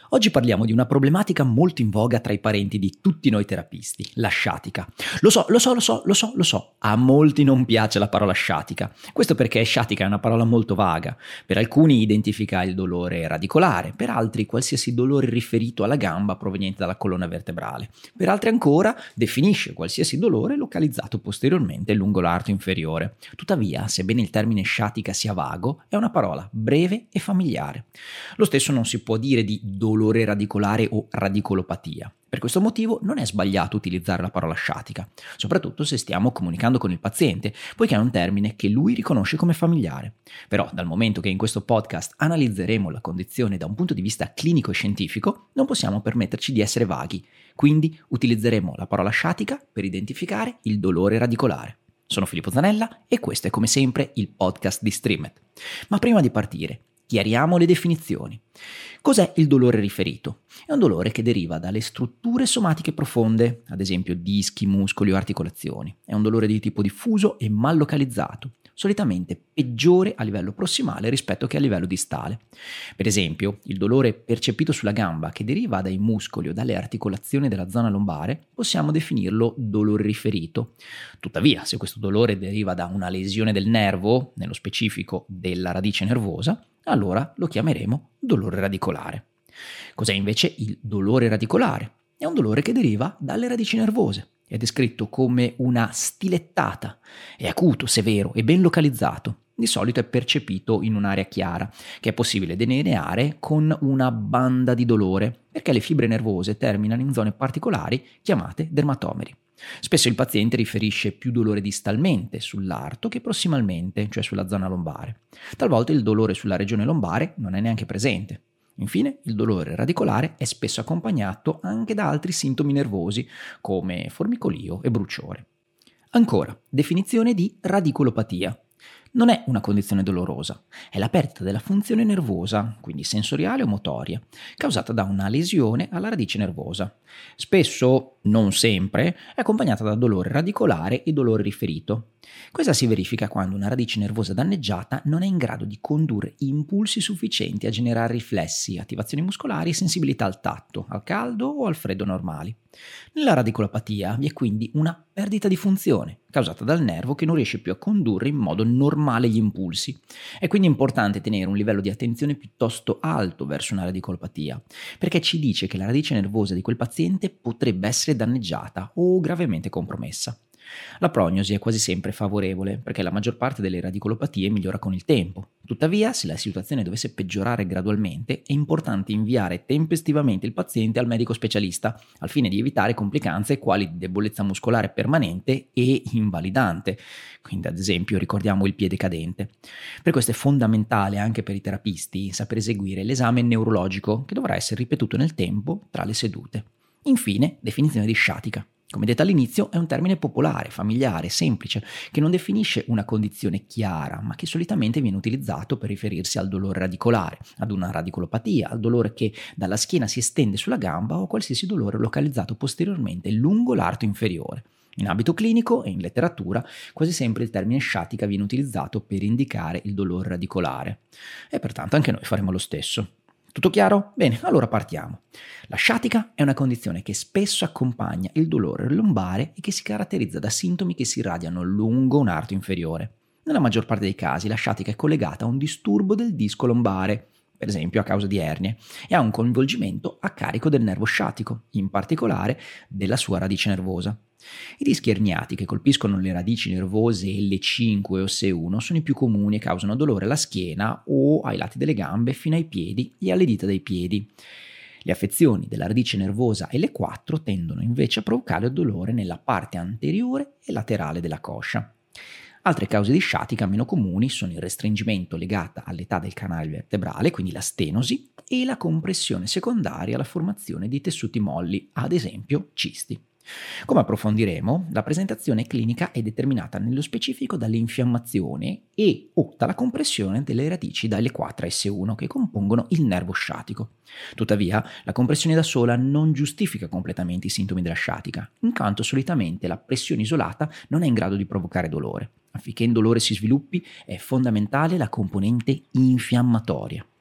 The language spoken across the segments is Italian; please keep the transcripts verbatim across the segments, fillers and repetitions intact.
Oggi parliamo di una problematica molto in voga tra i parenti di tutti noi terapisti, la sciatica. Lo so, lo so, lo so, lo so, lo so, a molti non piace la parola sciatica. Questo perché sciatica è una parola molto vaga. Per alcuni identifica il dolore radicolare, per altri qualsiasi dolore riferito alla gamba proveniente dalla colonna vertebrale. Per altri ancora definisce qualsiasi dolore localizzato posteriormente lungo l'arto inferiore. Tuttavia, sebbene il termine sciatica sia vago, è una parola breve e familiare. Lo stesso non si può dire di dolore radicolare o radicolopatia. Per questo motivo non è sbagliato utilizzare la parola sciatica, soprattutto se stiamo comunicando con il paziente, poiché è un termine che lui riconosce come familiare. Però, dal momento che in questo podcast analizzeremo la condizione da un punto di vista clinico e scientifico, non possiamo permetterci di essere vaghi, quindi utilizzeremo la parola sciatica per identificare il dolore radicolare. Sono Filippo Zanella e questo è come sempre il podcast di Streamet. Ma prima di partire, chiariamo le definizioni. Cos'è il dolore riferito? È un dolore che deriva dalle strutture somatiche profonde, ad esempio dischi, muscoli o articolazioni. È un dolore di tipo diffuso e mal localizzato, solitamente peggiore a livello prossimale rispetto che a livello distale. Per esempio, il dolore percepito sulla gamba che deriva dai muscoli o dalle articolazioni della zona lombare, possiamo definirlo dolore riferito. Tuttavia, se questo dolore deriva da una lesione del nervo, nello specifico della radice nervosa, allora lo chiameremo dolore radicolare. Cos'è invece il dolore radicolare? È un dolore che deriva dalle radici nervose. È descritto come una stilettata. È acuto, severo e ben localizzato. Di solito è percepito in un'area chiara, che è possibile delineare con una banda di dolore, perché le fibre nervose terminano in zone particolari chiamate dermatomeri. Spesso il paziente riferisce più dolore distalmente sull'arto che prossimalmente, cioè sulla zona lombare. Talvolta il dolore sulla regione lombare non è neanche presente. Infine, il dolore radicolare è spesso accompagnato anche da altri sintomi nervosi come formicolio e bruciore. Ancora, definizione di radicolopatia. Non è una condizione dolorosa, è la perdita della funzione nervosa, quindi sensoriale o motoria, causata da una lesione alla radice nervosa. Spesso, non sempre, è accompagnata da dolore radicolare e dolore riferito. Questa si verifica quando una radice nervosa danneggiata non è in grado di condurre impulsi sufficienti a generare riflessi, attivazioni muscolari e sensibilità al tatto, al caldo o al freddo normali. Nella radicolopatia vi è quindi una perdita di funzione, causata dal nervo che non riesce più a condurre in modo normale gli impulsi. È quindi importante tenere un livello di attenzione piuttosto alto verso una radicolopatia, perché ci dice che la radice nervosa di quel paziente potrebbe essere danneggiata o gravemente compromessa. La prognosi è quasi sempre favorevole, perché la maggior parte delle radicolopatie migliora con il tempo. Tuttavia, se la situazione dovesse peggiorare gradualmente, è importante inviare tempestivamente il paziente al medico specialista, al fine di evitare complicanze quali debolezza muscolare permanente e invalidante. Quindi, ad esempio, ricordiamo il piede cadente. Per questo è fondamentale anche per i terapisti saper eseguire l'esame neurologico, che dovrà essere ripetuto nel tempo tra le sedute. Infine, definizione di sciatica. Come detto all'inizio, è un termine popolare, familiare, semplice, che non definisce una condizione chiara, ma che solitamente viene utilizzato per riferirsi al dolore radicolare, ad una radicolopatia, al dolore che dalla schiena si estende sulla gamba o qualsiasi dolore localizzato posteriormente lungo l'arto inferiore. In ambito clinico e in letteratura, quasi sempre il termine sciatica viene utilizzato per indicare il dolore radicolare. E pertanto anche noi faremo lo stesso. Tutto chiaro? Bene, allora partiamo. La sciatica è una condizione che spesso accompagna il dolore lombare e che si caratterizza da sintomi che si irradiano lungo un arto inferiore. Nella maggior parte dei casi la sciatica è collegata a un disturbo del disco lombare, per esempio a causa di ernie, e ha un coinvolgimento a carico del nervo sciatico, in particolare della sua radice nervosa. I dischi erniati che colpiscono le radici nervose L cinque o S uno sono i più comuni e causano dolore alla schiena o ai lati delle gambe fino ai piedi e alle dita dei piedi. Le affezioni della radice nervosa L quattro tendono invece a provocare dolore nella parte anteriore e laterale della coscia. Altre cause di sciatica meno comuni sono il restringimento legato all'età del canale vertebrale, quindi la stenosi, e la compressione secondaria alla formazione di tessuti molli, ad esempio cisti. Come approfondiremo, la presentazione clinica è determinata nello specifico dall'infiammazione e o dalla compressione delle radici da L quattro a S uno che compongono il nervo sciatico. Tuttavia, la compressione da sola non giustifica completamente i sintomi della sciatica, in quanto solitamente la pressione isolata non è in grado di provocare dolore. Affinché il dolore si sviluppi è fondamentale la componente infiammatoria.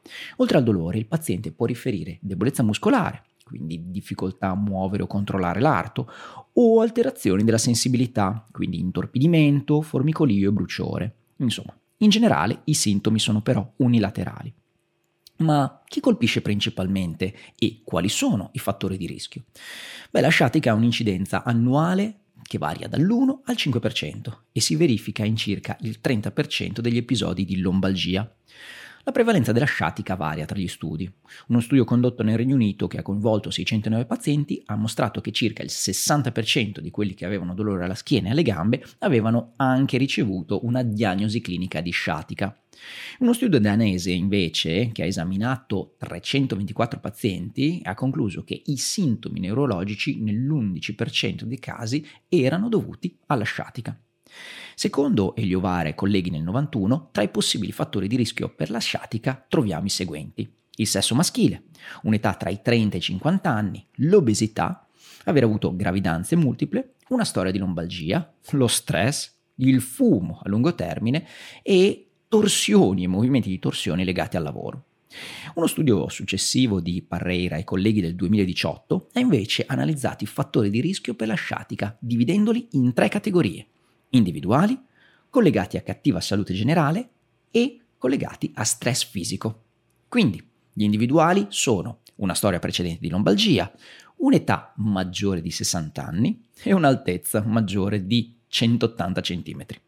Oltre al dolore, il paziente può riferire debolezza muscolare, quindi difficoltà a muovere o controllare l'arto, o alterazioni della sensibilità, quindi intorpidimento, formicolio e bruciore. Insomma, in generale i sintomi sono però unilaterali. Ma chi colpisce principalmente e quali sono i fattori di rischio? Beh, la sciatica ha un'incidenza annuale che varia dall'uno al cinque per cento e si verifica in circa il trenta per cento degli episodi di lombalgia. La prevalenza della sciatica varia tra gli studi. Uno studio condotto nel Regno Unito che ha coinvolto seicentonove pazienti ha mostrato che circa il sessanta per cento di quelli che avevano dolore alla schiena e alle gambe avevano anche ricevuto una diagnosi clinica di sciatica. Uno studio danese, invece, che ha esaminato trecentoventiquattro pazienti, ha concluso che i sintomi neurologici nell'undici per cento dei casi erano dovuti alla sciatica. Secondo Eliovare e colleghi nel novantuno, tra i possibili fattori di rischio per la sciatica troviamo i seguenti: il sesso maschile, un'età tra i trenta e i cinquanta anni, l'obesità, aver avuto gravidanze multiple, una storia di lombalgia, lo stress, il fumo a lungo termine e torsioni e movimenti di torsione legati al lavoro. Uno studio successivo di Parreira e colleghi del duemiladiciotto ha invece analizzato i fattori di rischio per la sciatica, dividendoli in tre categorie: individuali, collegati a cattiva salute generale e collegati a stress fisico. Quindi, gli individuali sono una storia precedente di lombalgia, un'età maggiore di sessanta anni e un'altezza maggiore di centottanta centimetri.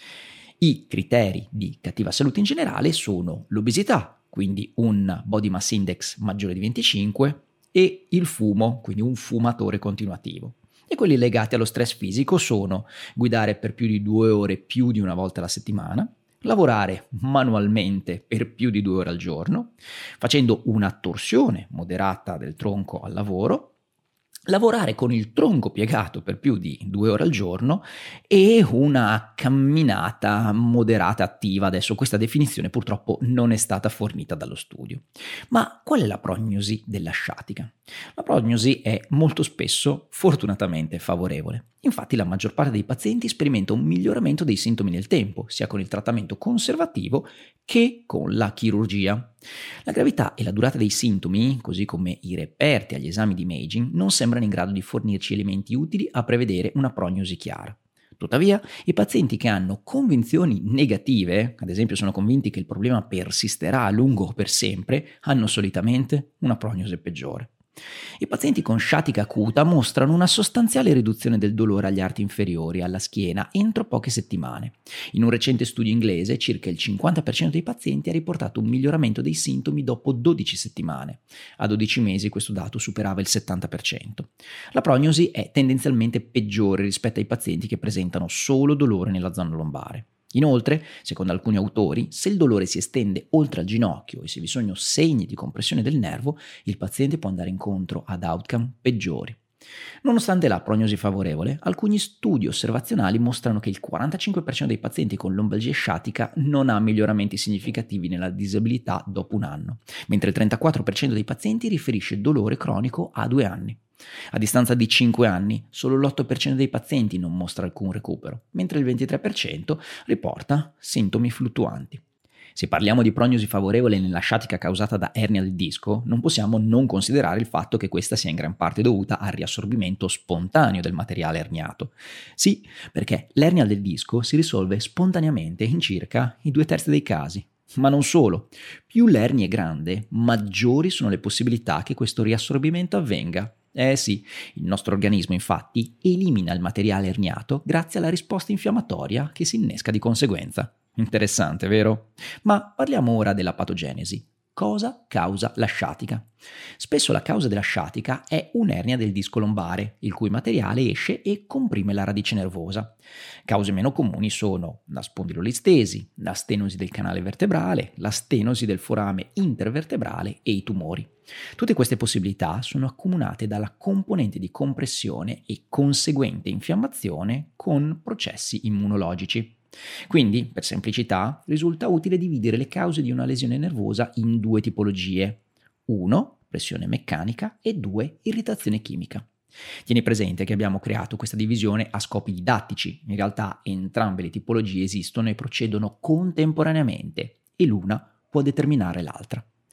I criteri di cattiva salute in generale sono l'obesità, quindi un body mass index maggiore di venticinque, e il fumo, quindi un fumatore continuativo. E quelli legati allo stress fisico sono guidare per più di due ore più di una volta alla settimana, lavorare manualmente per più di due ore al giorno, facendo una torsione moderata del tronco al lavoro, lavorare con il tronco piegato per più di due ore al giorno e una camminata moderata attiva. Adesso questa definizione purtroppo non è stata fornita dallo studio. Ma qual è la prognosi della sciatica? La prognosi è molto spesso fortunatamente favorevole. Infatti la maggior parte dei pazienti sperimenta un miglioramento dei sintomi nel tempo, sia con il trattamento conservativo che con la chirurgia. La gravità e la durata dei sintomi, così come i reperti agli esami di imaging, non sembrano in grado di fornirci elementi utili a prevedere una prognosi chiara. Tuttavia, i pazienti che hanno convinzioni negative, ad esempio sono convinti che il problema persisterà a lungo o per sempre, hanno solitamente una prognosi peggiore. I pazienti con sciatica acuta mostrano una sostanziale riduzione del dolore agli arti inferiori e alla schiena entro poche settimane. In un recente studio inglese, circa il cinquanta per cento dei pazienti ha riportato un miglioramento dei sintomi dopo dodici settimane. A dodici mesi questo dato superava il settanta per cento. La prognosi è tendenzialmente peggiore rispetto ai pazienti che presentano solo dolore nella zona lombare. Inoltre, secondo alcuni autori, se il dolore si estende oltre al ginocchio e se vi sono segni di compressione del nervo, il paziente può andare incontro ad outcome peggiori. Nonostante la prognosi favorevole, alcuni studi osservazionali mostrano che il quarantacinque per cento dei pazienti con lombalgia sciatica non ha miglioramenti significativi nella disabilità dopo un anno, mentre il trentaquattro per cento dei pazienti riferisce dolore cronico a due anni. A distanza di cinque anni, solo l'otto per cento dei pazienti non mostra alcun recupero, mentre il ventitré per cento riporta sintomi fluttuanti. Se parliamo di prognosi favorevole nella sciatica causata da ernia del disco, non possiamo non considerare il fatto che questa sia in gran parte dovuta al riassorbimento spontaneo del materiale erniato. Sì, perché l'ernia del disco si risolve spontaneamente in circa i due terzi dei casi. Ma non solo, più l'ernia è grande, maggiori sono le possibilità che questo riassorbimento avvenga. Eh sì, il nostro organismo infatti elimina il materiale erniato grazie alla risposta infiammatoria che si innesca di conseguenza. Interessante, vero? Ma parliamo ora della patogenesi. Cosa causa la sciatica? Spesso la causa della sciatica è un'ernia del disco lombare, il cui materiale esce e comprime la radice nervosa. Cause meno comuni sono la spondilolistesi, la stenosi del canale vertebrale, la stenosi del forame intervertebrale e i tumori. Tutte queste possibilità sono accomunate dalla componente di compressione e conseguente infiammazione con processi immunologici. Quindi, per semplicità, risulta utile dividere le cause di una lesione nervosa in due tipologie. uno. Pressione meccanica e due. Irritazione chimica. Tieni presente che abbiamo creato questa divisione a scopi didattici. In realtà entrambe le tipologie esistono e procedono contemporaneamente e l'una può determinare l'altra.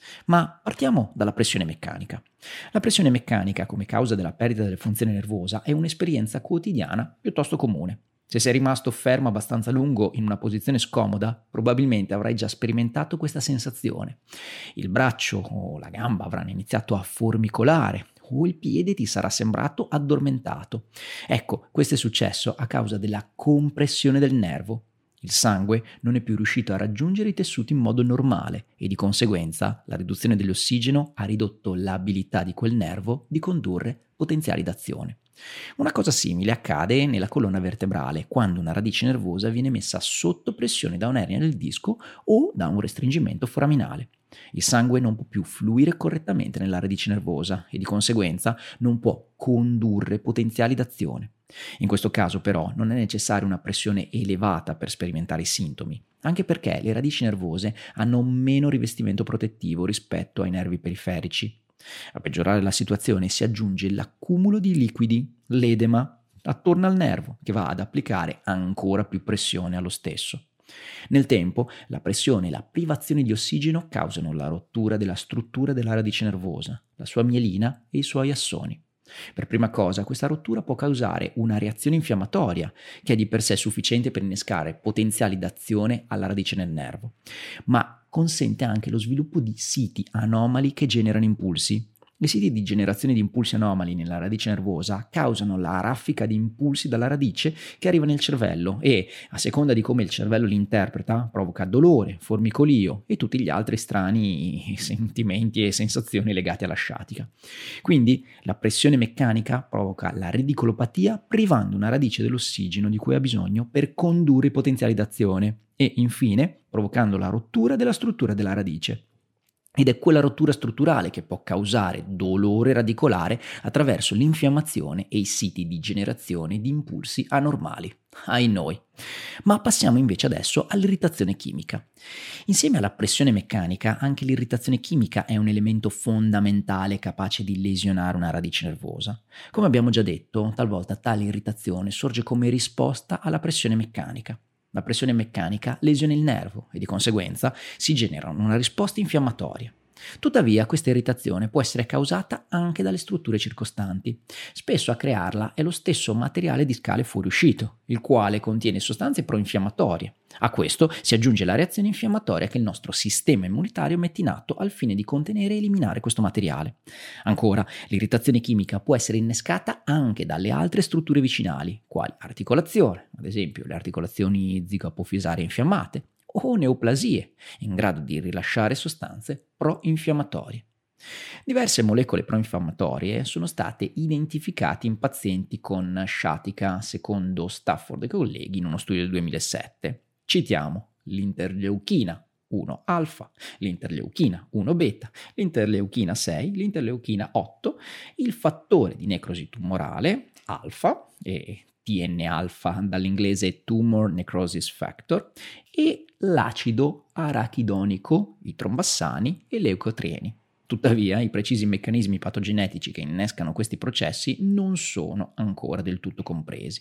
Ma partiamo dalla pressione meccanica. La pressione meccanica, come causa della perdita della funzione nervosa, è un'esperienza quotidiana piuttosto comune. Se sei rimasto fermo abbastanza a lungo in una posizione scomoda, probabilmente avrai già sperimentato questa sensazione. Il braccio o la gamba avranno iniziato a formicolare o il piede ti sarà sembrato addormentato. Ecco, questo è successo a causa della compressione del nervo. Il sangue non è più riuscito a raggiungere i tessuti in modo normale e di conseguenza la riduzione dell'ossigeno ha ridotto l'abilità di quel nervo di condurre potenziali d'azione. Una cosa simile accade nella colonna vertebrale quando una radice nervosa viene messa sotto pressione da un'ernia del disco o da un restringimento foraminale. Il sangue non può più fluire correttamente nella radice nervosa e di conseguenza non può condurre potenziali d'azione. In questo caso però non è necessaria una pressione elevata per sperimentare i sintomi, anche perché le radici nervose hanno meno rivestimento protettivo rispetto ai nervi periferici. A peggiorare la situazione si aggiunge l'accumulo di liquidi, l'edema, attorno al nervo, che va ad applicare ancora più pressione allo stesso. Nel tempo, la pressione e la privazione di ossigeno causano la rottura della struttura della radice nervosa, la sua mielina e i suoi assoni. Per prima cosa, questa rottura può causare una reazione infiammatoria, che è di per sé sufficiente per innescare potenziali d'azione alla radice del nervo, ma consente anche lo sviluppo di siti anomali che generano impulsi. I siti di generazione di impulsi anomali nella radice nervosa causano la raffica di impulsi dalla radice che arriva nel cervello e, a seconda di come il cervello li interpreta, provoca dolore, formicolio e tutti gli altri strani sentimenti e sensazioni legati alla sciatica. Quindi la pressione meccanica provoca la radiculopatia privando una radice dell'ossigeno di cui ha bisogno per condurre i potenziali d'azione e, infine, provocando la rottura della struttura della radice. Ed è quella rottura strutturale che può causare dolore radicolare attraverso l'infiammazione e i siti di generazione di impulsi anormali. Ai noi. Ma passiamo invece adesso all'irritazione chimica. Insieme alla pressione meccanica, anche l'irritazione chimica è un elemento fondamentale capace di lesionare una radice nervosa. Come abbiamo già detto, talvolta tale irritazione sorge come risposta alla pressione meccanica. La pressione meccanica lesiona il nervo e di conseguenza si genera una risposta infiammatoria. Tuttavia, questa irritazione può essere causata anche dalle strutture circostanti. Spesso a crearla è lo stesso materiale discale fuoriuscito, il quale contiene sostanze proinfiammatorie. A questo si aggiunge la reazione infiammatoria che il nostro sistema immunitario mette in atto al fine di contenere e eliminare questo materiale. Ancora, l'irritazione chimica può essere innescata anche dalle altre strutture vicinali, quali articolazione, ad esempio le articolazioni zigoapofisarie infiammate, o neoplasie, in grado di rilasciare sostanze pro-infiammatorie. Diverse molecole pro-infiammatorie sono state identificate in pazienti con sciatica, secondo Stafford e colleghi in uno studio del duemilasette. Citiamo l'interleuchina uno alfa, l'interleuchina uno beta, l'interleuchina sei, l'interleuchina otto, il fattore di necrosi tumorale alfa e T N alfa dall'inglese Tumor Necrosis Factor e l'acido arachidonico, i trombassani e leucotrieni. Tuttavia, i precisi meccanismi patogenetici che innescano questi processi non sono ancora del tutto compresi.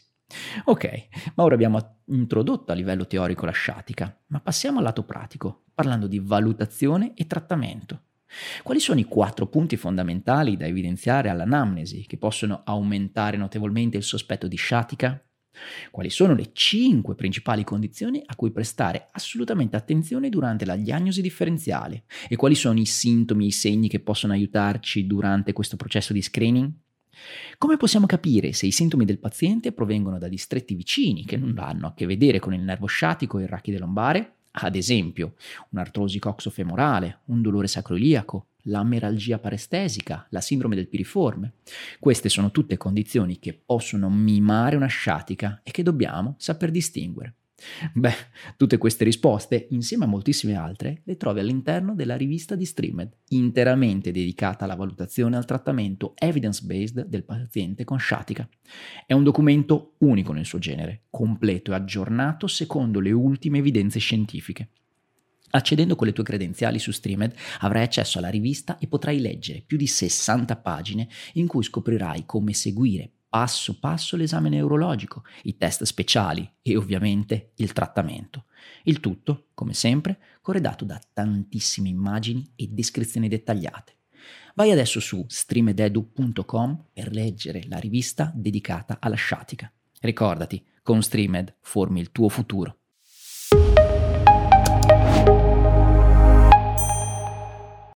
Ok, ma ora abbiamo introdotto a livello teorico la sciatica, ma passiamo al lato pratico, parlando di valutazione e trattamento. Quali sono i quattro punti fondamentali da evidenziare all'anamnesi che possono aumentare notevolmente il sospetto di sciatica? Quali sono le cinque principali condizioni a cui prestare assolutamente attenzione durante la diagnosi differenziale? E quali sono i sintomi e i segni che possono aiutarci durante questo processo di screening? Come possiamo capire se i sintomi del paziente provengono da distretti vicini che non hanno a che vedere con il nervo sciatico e il rachide lombare? Ad esempio, un'artrosi coxofemorale, un dolore sacroiliaco, la meralgia parestesica, la sindrome del piriforme. Queste sono tutte condizioni che possono mimare una sciatica e che dobbiamo saper distinguere. Beh, tutte queste risposte, insieme a moltissime altre, le trovi all'interno della rivista di Streamed, interamente dedicata alla valutazione e al trattamento evidence-based del paziente con sciatica. È un documento unico nel suo genere, completo e aggiornato secondo le ultime evidenze scientifiche. Accedendo con le tue credenziali su Streamed avrai accesso alla rivista e potrai leggere più di sessanta pagine in cui scoprirai come seguire passo passo l'esame neurologico, i test speciali e ovviamente il trattamento. Il tutto, come sempre, corredato da tantissime immagini e descrizioni dettagliate. Vai adesso su streamededu punto com per leggere la rivista dedicata alla sciatica. Ricordati, con Streamed formi il tuo futuro.